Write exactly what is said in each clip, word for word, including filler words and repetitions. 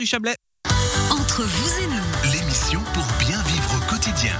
du Chablais. Entre vous et nous, l'émission pour bien vivre au quotidien.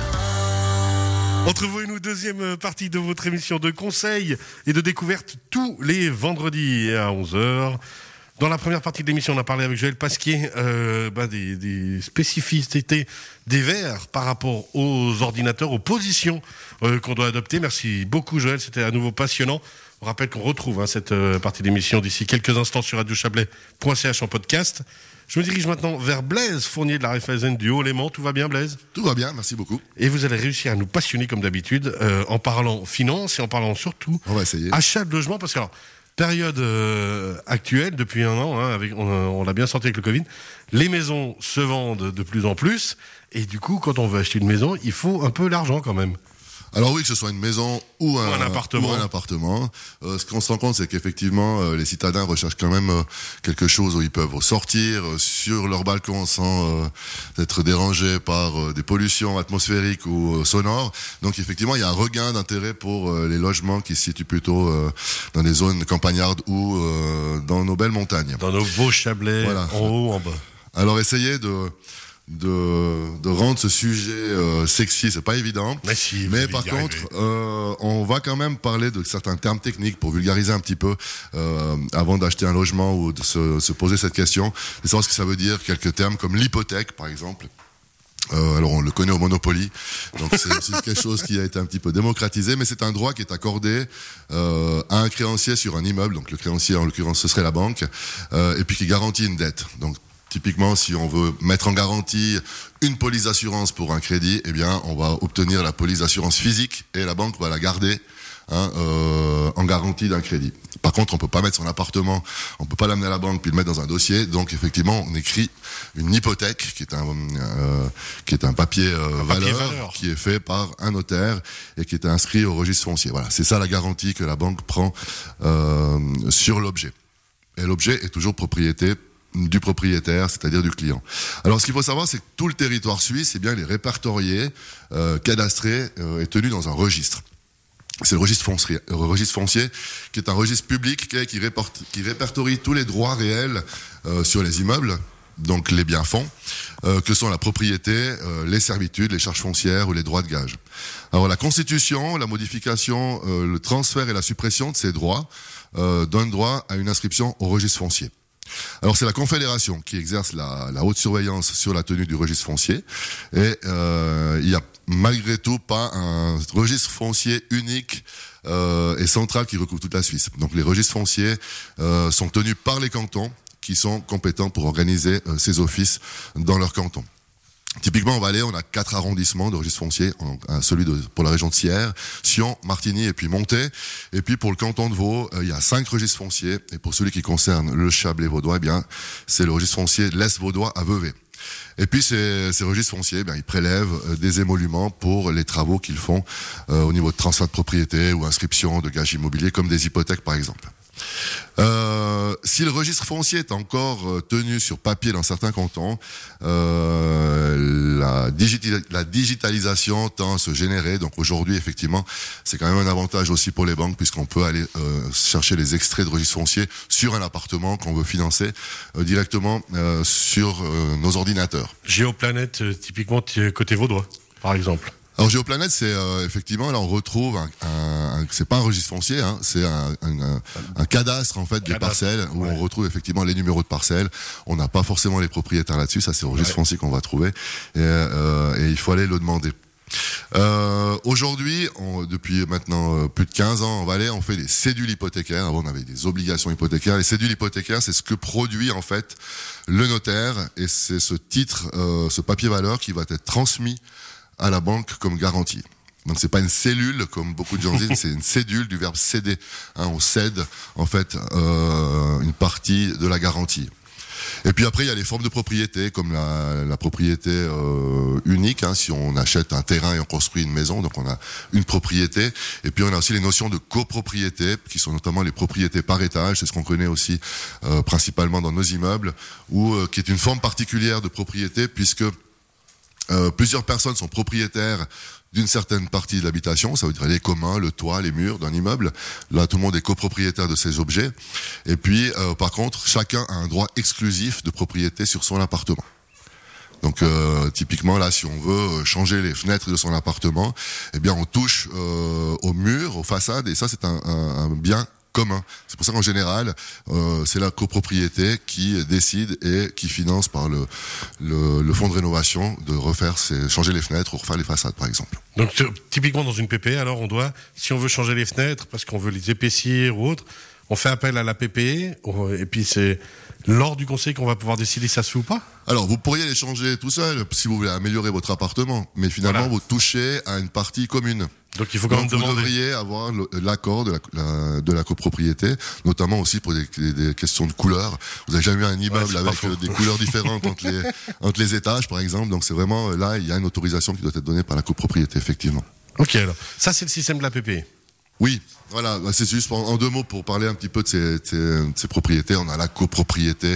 Entre vous et nous, deuxième partie de votre émission de conseils et de découverte tous les vendredis à onze heures. Dans la première partie de l'émission, on a parlé avec Joël Pasquier euh, bah, des, des spécificités des verres par rapport aux ordinateurs, aux positions euh, qu'on doit adopter. Merci beaucoup Joël, c'était à nouveau passionnant. On rappelle qu'on retrouve hein, cette euh, partie de l'émission d'ici quelques instants sur radio chablais point c h en podcast. Je me dirige maintenant vers Blaise Fournier de la Raiffeisen du Haut-Léman. Tout va bien Blaise ? Tout va bien, merci beaucoup. Et vous allez réussir à nous passionner comme d'habitude euh, en parlant finance et en parlant surtout on va essayer. Achat de logement, parce que alors, période euh, actuelle, depuis un an, hein, avec, on, on l'a bien senti avec le Covid, les maisons se vendent de plus en plus, et du coup, quand on veut acheter une maison, il faut un peu d'argent quand même. Alors oui, que ce soit une maison ou un, ou un appartement. Ou un appartement. Euh, ce qu'on se rend compte, c'est qu'effectivement, euh, les citadins recherchent quand même euh, quelque chose où ils peuvent sortir euh, sur leur balcon sans euh, être dérangés par euh, des pollutions atmosphériques ou euh, sonores. Donc effectivement, il y a un regain d'intérêt pour euh, les logements qui se situent plutôt euh, dans des zones campagnardes ou euh, dans nos belles montagnes. Dans nos beaux Chablais, voilà. En haut, en bas. Alors essayez de... De, de rendre ce sujet euh, sexy, c'est pas évident. Mais, si, mais par contre, euh, on va quand même parler de certains termes techniques pour vulgariser un petit peu euh, avant d'acheter un logement ou de se, se poser cette question. Et savoir ce que ça veut dire, quelques termes comme l'hypothèque, par exemple. Euh, alors on le connaît au Monopoly, donc c'est, c'est quelque chose qui a été un petit peu démocratisé, mais c'est un droit qui est accordé euh, à un créancier sur un immeuble. Donc le créancier, en l'occurrence, ce serait la banque, euh, et puis qui garantit une dette. Donc typiquement, si on veut mettre en garantie une police d'assurance pour un crédit, eh bien, on va obtenir la police d'assurance physique et la banque va la garder hein, euh, en garantie d'un crédit. Par contre, on peut pas mettre son appartement, on peut pas l'amener à la banque puis le mettre dans un dossier. Donc, effectivement, on écrit une hypothèque qui est un euh, qui est un papier, euh, un valeur, papier valeur qui est fait par un notaire et qui est inscrit au registre foncier. Voilà, c'est ça la garantie que la banque prend euh, sur l'objet. Et l'objet est toujours propriété du propriétaire, c'est-à-dire du client. Alors, ce qu'il faut savoir, c'est que tout le territoire suisse, eh bien, il est répertorié, euh, cadastré euh, et tenu dans un registre. C'est le registre foncier, le registre foncier, qui est un registre public qui, qui, réporte, qui répertorie tous les droits réels euh, sur les immeubles, donc les biens-fonds, euh, que sont la propriété, euh, les servitudes, les charges foncières ou les droits de gage. Alors, la constitution, la modification, euh, le transfert et la suppression de ces droits euh, donnent droit à une inscription au registre foncier. Alors c'est la Confédération qui exerce la, la haute surveillance sur la tenue du registre foncier et euh, il y a malgré tout pas un registre foncier unique euh, et central qui recouvre toute la Suisse. Donc les registres fonciers euh, sont tenus par les cantons qui sont compétents pour organiser euh, ces offices dans leur canton. Typiquement, en Valais, on a quatre arrondissements de registre foncier, celui de, pour la région de Sierre, Sion, Martigny et puis Montet. Et puis pour le canton de Vaud, euh, il y a cinq registres fonciers. Et pour celui qui concerne le Chablais vaudois, eh bien, c'est le registre foncier de l'Est vaudois à Vevey. Et puis ces, ces registres fonciers, eh bien, ils prélèvent euh, des émoluments pour les travaux qu'ils font euh, au niveau de transfert de propriété ou inscription de gages immobiliers, comme des hypothèques par exemple. Euh, si le registre foncier est encore euh, tenu sur papier dans certains cantons, euh, la, digita- la digitalisation tend à se générer. Donc aujourd'hui, effectivement, c'est quand même un avantage aussi pour les banques puisqu'on peut aller euh, chercher les extraits de registre foncier sur un appartement qu'on veut financer euh, directement euh, sur euh, nos ordinateurs. Géoplanète, euh, typiquement t- côté vaudois, par exemple. Alors Géoplanète, c'est euh, effectivement là on retrouve un, un, un c'est pas un registre foncier, hein, c'est un, un, un cadastre en fait des cadastre, parcelles où ouais. On retrouve effectivement les numéros de parcelles. On n'a pas forcément les propriétaires là-dessus, ça c'est au registre ouais. foncier qu'on va trouver et, euh, et il faut aller le demander. Euh, aujourd'hui, on, depuis maintenant euh, plus de quinze ans en Valais, on fait des cédules hypothécaires. Avant, on avait des obligations hypothécaires. Les cédules hypothécaires, c'est ce que produit en fait le notaire et c'est ce titre, euh, ce papier valeur qui va être transmis à la banque comme garantie. Donc c'est pas une cellule comme beaucoup de gens disent, c'est une cédule du verbe céder. Hein, on cède en fait euh, une partie de la garantie. Et puis après il y a les formes de propriété comme la, la propriété euh, unique. Hein, si on achète un terrain et on construit une maison, donc on a une propriété. Et puis on a aussi les notions de copropriété qui sont notamment les propriétés par étage. C'est ce qu'on connaît aussi euh, principalement dans nos immeubles, ou euh, qui est une forme particulière de propriété puisque euh, plusieurs personnes sont propriétaires d'une certaine partie de l'habitation, ça veut dire les communs, le toit, les murs d'un immeuble. Là, tout le monde est copropriétaire de ces objets. Et puis, euh, par contre, chacun a un droit exclusif de propriété sur son appartement. Donc, euh, typiquement, là, si on veut changer les fenêtres de son appartement, eh bien, on touche euh, aux murs, aux façades, et ça, c'est un, un, un bien commun. C'est pour ça qu'en général, euh, c'est la copropriété qui décide et qui finance par le, le, le fonds de rénovation de refaire, ces, changer les fenêtres ou refaire les façades, par exemple. Donc typiquement dans une P P E, alors on doit, si on veut changer les fenêtres parce qu'on veut les épaissir ou autre, on fait appel à la P P E et puis c'est lors du conseil qu'on va pouvoir décider si ça se fait ou pas. Alors, vous pourriez les changer tout seul si vous voulez améliorer votre appartement, mais finalement, voilà. Vous touchez à une partie commune. Donc, il faut quand Donc, même vous demander. Vous devriez avoir l'accord de la, la, de la copropriété, notamment aussi pour des, des questions de couleurs. Vous n'avez jamais eu un immeuble ouais, avec des couleurs différentes entre les, entre les étages, par exemple. Donc, c'est vraiment, là, il y a une autorisation qui doit être donnée par la copropriété, effectivement. Ok, alors. Ça, c'est le système de la P P E. Oui, voilà, c'est juste en deux mots pour parler un petit peu de ces, de ces, de ces propriétés. On a la copropriété,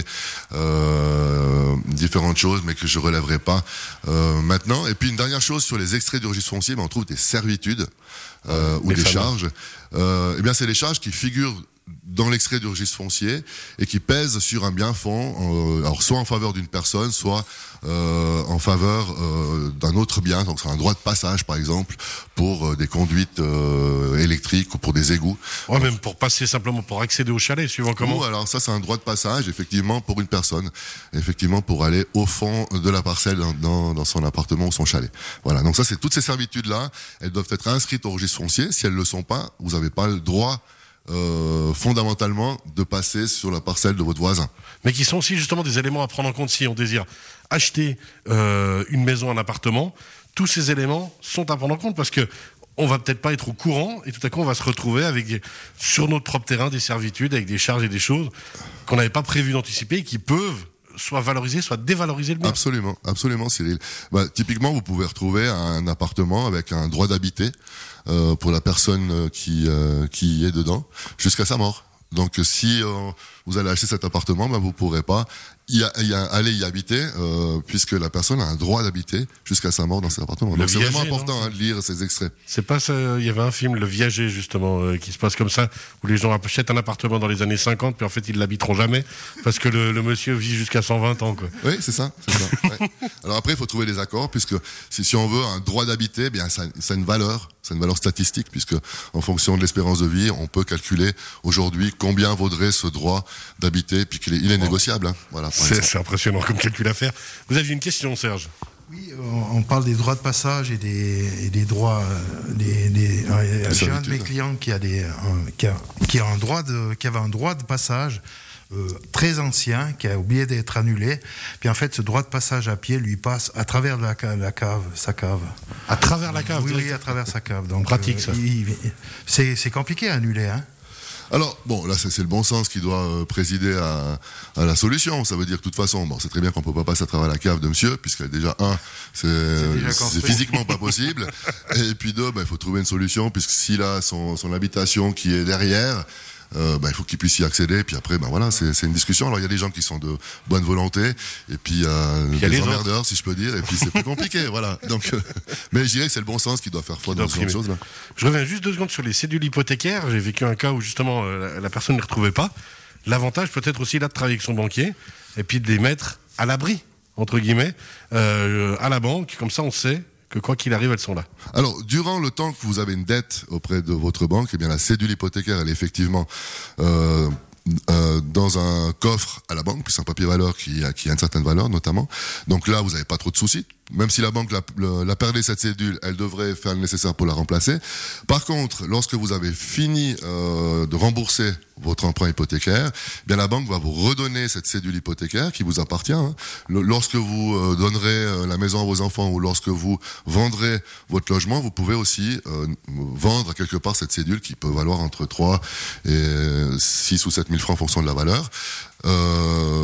euh, différentes choses, mais que je relèverai pas euh, maintenant. Et puis une dernière chose sur les extraits du registre foncier, ben on trouve des servitudes euh, ou des fameux. charges. Euh, eh bien, c'est les charges qui figurent dans l'extrait du registre foncier et qui pèsent sur un bien fond, euh, alors soit en faveur d'une personne, soit euh, en faveur euh, d'un autre bien. Donc c'est un droit de passage, par exemple, pour euh, des conduites euh, électriques ou pour des égouts. Ouais, même pour passer simplement pour accéder au chalet, suivant comment. Ou alors ça, c'est un droit de passage, effectivement, pour une personne, effectivement, pour aller au fond de la parcelle dans, dans, dans son appartement ou son chalet. Voilà. Donc ça, c'est toutes ces servitudes-là. Elles doivent être inscrites au registre foncier. Si elles le sont pas, vous n'avez pas le droit Euh, fondamentalement de passer sur la parcelle de votre voisin. Mais qui sont aussi justement des éléments à prendre en compte si on désire acheter euh, une maison, un appartement. Tous ces éléments sont à prendre en compte parce que on va peut-être pas être au courant et tout à coup on va se retrouver avec des, sur notre propre terrain des servitudes avec des charges et des choses qu'on n'avait pas prévu d'anticiper et qui peuvent soit valoriser, soit dévaloriser le bien. Absolument, absolument, Cyril. Bah, typiquement, vous pouvez retrouver un appartement avec un droit d'habiter euh, pour la personne qui euh, qui est dedans jusqu'à sa mort. Donc, si euh, vous allez acheter cet appartement, bah, vous pourrez pas y, a, y a, aller y habiter euh, puisque la personne a un droit d'habiter jusqu'à sa mort dans cet appartement. Le Donc, viager, c'est vraiment important hein, de lire ces extraits. C'est pas ça. Il y avait un film, Le Viager, justement, euh, qui se passe comme ça, où les gens achètent un appartement dans les années cinquante, puis en fait ils l'habiteront jamais parce que le, le monsieur vit jusqu'à cent vingt ans, quoi. Oui, c'est ça. C'est ça ouais. Alors après, il faut trouver des accords puisque si, si on veut un droit d'habiter, bien ça, ça a une valeur. C'est une valeur statistique puisque en fonction de l'espérance de vie, on peut calculer aujourd'hui combien vaudrait ce droit d'habiter puis qu'il est, il est négociable. Hein. Voilà. C'est, c'est impressionnant comme calcul à faire. Vous aviez une question, Serge? Oui, on parle des droits de passage et des, et des droits. Des, des, euh, j'ai un de mes clients qui a des, un, qui a, qui a un droit de, qui avait un droit de passage. Euh, très ancien, qui a oublié d'être annulé. Puis en fait, ce droit de passage à pied lui passe à travers la cave, la cave sa cave. À travers la cave. Oui, oui, à travers sa cave. Donc, pratique euh, ça. Il, c'est, c'est compliqué à annuler, hein. Alors, bon, là, c'est, c'est le bon sens qui doit euh, présider à, à la solution. Ça veut dire que, de toute façon, bon, c'est très bien qu'on peut pas passer à travers la cave de monsieur, puisque déjà, un, c'est, c'est, c'est physiquement pas possible. Et puis deux, bah, il faut trouver une solution, puisque s'il a son, son habitation qui est derrière, Euh, bah, il faut qu'ils puissent y accéder. Puis après, bah voilà, c'est, c'est une discussion. Alors il y a des gens qui sont de bonne volonté, et puis euh, il y a des des emmerdeurs, si je peux dire. Et puis c'est plus compliqué, voilà. Donc, euh, mais je dirais que c'est le bon sens qui doit faire foi dans ce genre de choses là. Je reviens juste deux secondes sur les cédules hypothécaires. J'ai vécu un cas où justement euh, la, la personne ne les retrouvait pas. L'avantage peut-être aussi là de travailler avec son banquier et puis de les mettre à l'abri entre guillemets euh, à la banque. Comme ça, on sait que quoi qu'il arrive, elles sont là. Alors, durant le temps que vous avez une dette auprès de votre banque, eh bien, la cédule hypothécaire, elle est effectivement euh, euh, dans un coffre à la banque, puis c'est un papier valeur qui a, qui a une certaine valeur, notamment. Donc là, vous n'avez pas trop de soucis. Même si la banque la, la, la perdait cette cédule, elle devrait faire le nécessaire pour la remplacer. Par contre, lorsque vous avez fini euh, de rembourser votre emprunt hypothécaire, eh bien la banque va vous redonner cette cédule hypothécaire qui vous appartient. Hein. Le, lorsque vous euh, donnerez euh, la maison à vos enfants ou lorsque vous vendrez votre logement, vous pouvez aussi euh, vendre quelque part cette cédule qui peut valoir entre trois et six ou sept mille francs en fonction de la valeur. Euh,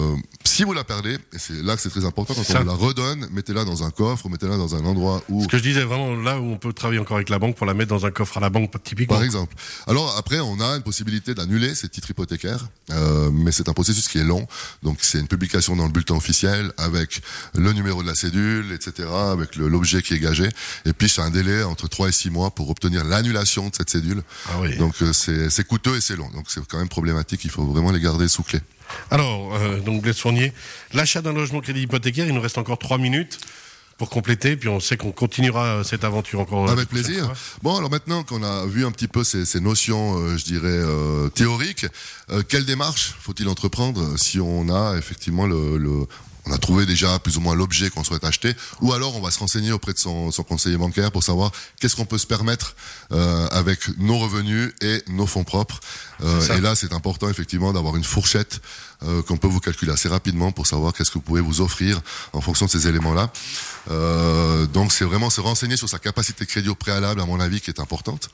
Si vous la perdez, et c'est là que c'est très important, quand on vous la redonne, mettez-la dans un coffre, mettez-la dans un endroit où... Ce que je disais, vraiment là où on peut travailler encore avec la banque pour la mettre dans un coffre à la banque, typiquement. Par exemple. Alors après, on a une possibilité d'annuler ces titres hypothécaires, euh, mais c'est un processus qui est long. Donc c'est une publication dans le bulletin officiel avec le numéro de la cédule, et cetera, avec le, l'objet qui est gagé. Et puis c'est un délai entre trois et six mois pour obtenir l'annulation de cette cédule. Ah oui. Donc euh, c'est, c'est coûteux et c'est long. Donc c'est quand même problématique. Il faut vraiment les garder sous clé. Alors, euh, donc Blaise Fournier, l'achat d'un logement crédit hypothécaire, il nous reste encore trois minutes pour compléter, puis on sait qu'on continuera cette aventure encore. Avec plaisir. Fois. Bon, alors maintenant qu'on a vu un petit peu ces, ces notions, euh, je dirais, euh, théoriques, euh, quelle démarche faut-il entreprendre si on a effectivement le... le on a trouvé déjà plus ou moins l'objet qu'on souhaite acheter, ou alors on va se renseigner auprès de son, son conseiller bancaire pour savoir qu'est-ce qu'on peut se permettre euh, avec nos revenus et nos fonds propres. Euh, et là, c'est important effectivement d'avoir une fourchette euh, qu'on peut vous calculer assez rapidement pour savoir qu'est-ce que vous pouvez vous offrir en fonction de ces éléments-là. Euh, donc c'est vraiment se renseigner sur sa capacité de crédit au préalable, à mon avis, qui est importante.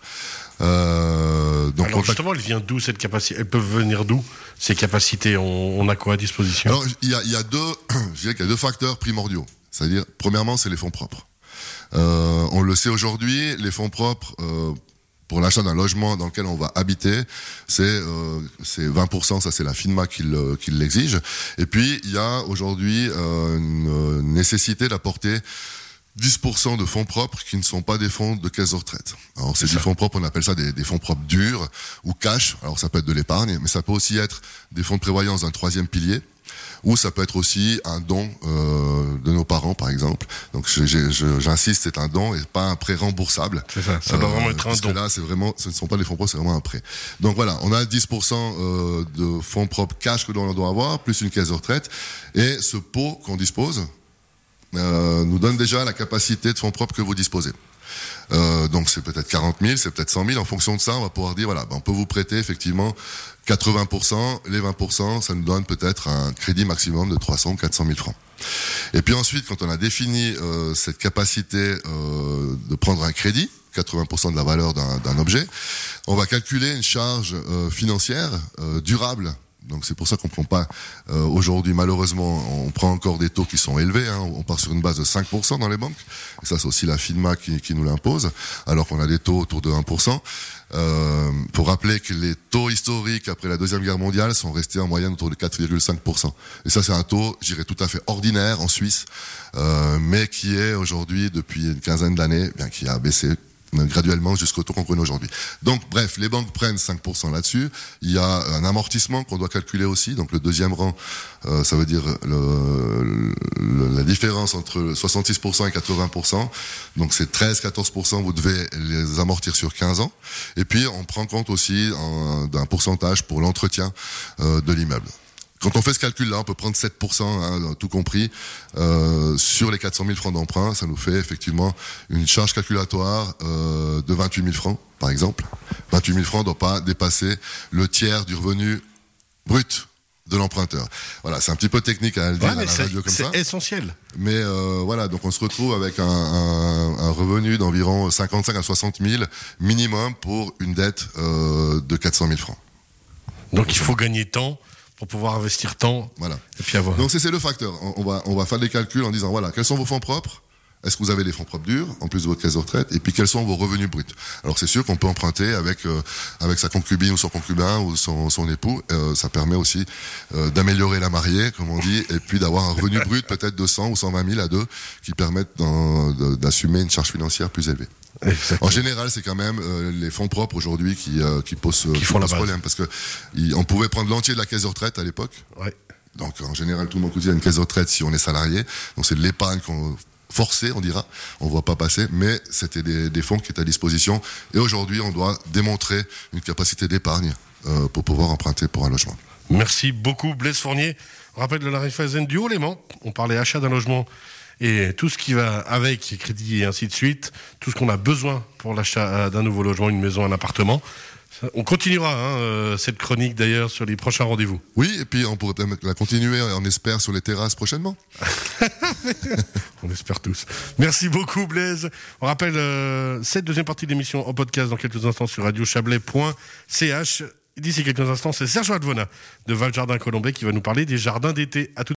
Euh, donc alors justement, elle vient d'où cette capacité? Elles peuvent venir d'où ces capacités? On, on a quoi à disposition? Alors il y a, il y a deux, je dirais qu'il y a deux facteurs primordiaux. C'est-à-dire, premièrement, c'est les fonds propres. Euh, on le sait aujourd'hui, les fonds propres. Euh, Pour l'achat d'un logement dans lequel on va habiter, c'est euh, c'est vingt pour cent, ça c'est la FINMA qui, le, qui l'exige. Et puis il y a aujourd'hui euh, une nécessité d'apporter dix pour cent de fonds propres qui ne sont pas des fonds de caisse de retraite. Alors c'est, c'est du fonds propre, on appelle ça des, des fonds propres durs ou cash. Alors ça peut être de l'épargne, mais ça peut aussi être des fonds de prévoyance d'un troisième pilier. Ou ça peut être aussi un don euh, de nos parents, par exemple. Donc je, je, je, j'insiste, c'est un don et pas un prêt remboursable. C'est ça, ça doit euh, vraiment être un parce don. Que là, c'est vraiment, ce ne sont pas des fonds propres, c'est vraiment un prêt. Donc voilà, on a dix pour cent euh, de fonds propres cash que l'on doit avoir, plus une caisse de retraite. Et ce pot qu'on dispose euh, nous donne déjà la capacité de fonds propres que vous disposez. Euh, donc c'est peut-être quarante mille, c'est peut-être cent mille. En fonction de ça, on va pouvoir dire, voilà, ben, on peut vous prêter effectivement quatre-vingts pour cent, les vingt pour cent, ça nous donne peut-être un crédit maximum de trois cents, quatre cent mille francs. Et puis ensuite, quand on a défini euh, cette capacité euh, de prendre un crédit, quatre-vingts pour cent de la valeur d'un, d'un objet, on va calculer une charge euh, financière euh, durable. Donc c'est pour ça qu'on prend pas euh, aujourd'hui, malheureusement, on prend encore des taux qui sont élevés, hein, on part sur une base de cinq pour cent dans les banques, et ça c'est aussi la FINMA qui, qui nous l'impose, alors qu'on a des taux autour de un pour cent. Euh, pour rappeler que les taux historiques après la Deuxième Guerre mondiale sont restés en moyenne autour de quatre virgule cinq pour cent. Et ça c'est un taux, je dirais, tout à fait ordinaire en Suisse, euh, mais qui est aujourd'hui, depuis une quinzaine d'années, bien qui a baissé graduellement jusqu'au taux qu'on connaît aujourd'hui. Donc bref, les banques prennent cinq pour cent là-dessus. Il y a un amortissement qu'on doit calculer aussi. Donc le deuxième rang, euh, ça veut dire le, le, la différence entre soixante-six pour cent et quatre-vingts pour cent. Donc c'est treize à quatorze pour cent, vous devez les amortir sur quinze ans. Et puis on prend compte aussi en, d'un pourcentage pour l'entretien euh, de l'immeuble. Quand on fait ce calcul-là, on peut prendre sept pour cent, hein, tout compris, euh, sur les quatre cent mille francs d'emprunt. Ça nous fait effectivement une charge calculatoire euh, de vingt-huit mille francs, par exemple. vingt-huit mille francs ne doit pas dépasser le tiers du revenu brut de l'emprunteur. Voilà, c'est un petit peu technique à le dire ouais, à la radio comme c'est ça. C'est essentiel. Mais euh, voilà, donc on se retrouve avec un, un, un revenu d'environ cinquante-cinq à soixante mille minimum pour une dette euh, de quatre cent mille francs. Donc il faut gagner temps pour pouvoir investir temps. Voilà. Et puis avoir. Donc c'est, c'est le facteur. On, on va on va faire des calculs en disant voilà, quels sont vos fonds propres? Est-ce que vous avez des fonds propres durs en plus de votre caisse de retraite? Et puis quels sont vos revenus bruts? Alors c'est sûr qu'on peut emprunter avec euh, avec sa concubine ou son concubin ou son son époux. Euh, ça permet aussi euh, d'améliorer la mariée, comme on dit, et puis d'avoir un revenu brut peut-être de cent ou cent vingt mille à deux qui permettent de, d'assumer une charge financière plus élevée. Exactement. En général, c'est quand même euh, les fonds propres aujourd'hui qui euh, qui posent, qui qui posent problème parce que y, on pouvait prendre l'entier de la caisse de retraite à l'époque. Ouais. Donc en général, tout le monde cotisait à une caisse de retraite si on est salarié. Donc c'est de l'épargne qu'on forcé, on dira, on ne voit pas passer, mais c'était des, des fonds qui étaient à disposition. Et aujourd'hui, on doit démontrer une capacité d'épargne euh, pour pouvoir emprunter pour un logement. Merci beaucoup, Blaise Fournier. On rappelle de la Raiffeisen du Haut-Léman. On parlait achat d'un logement et tout ce qui va avec, crédit et ainsi de suite, tout ce qu'on a besoin pour l'achat d'un nouveau logement, une maison, un appartement. On continuera hein, cette chronique d'ailleurs sur les prochains rendez-vous. Oui, et puis on pourrait la continuer, on espère, sur les terrasses prochainement. On espère tous. Merci beaucoup Blaise. On rappelle euh, cette deuxième partie de l'émission en podcast dans quelques instants sur radio chablais point c h. D'ici quelques instants, c'est Serge Vadvona de Val Jardin Colombais qui va nous parler des jardins d'été. À tout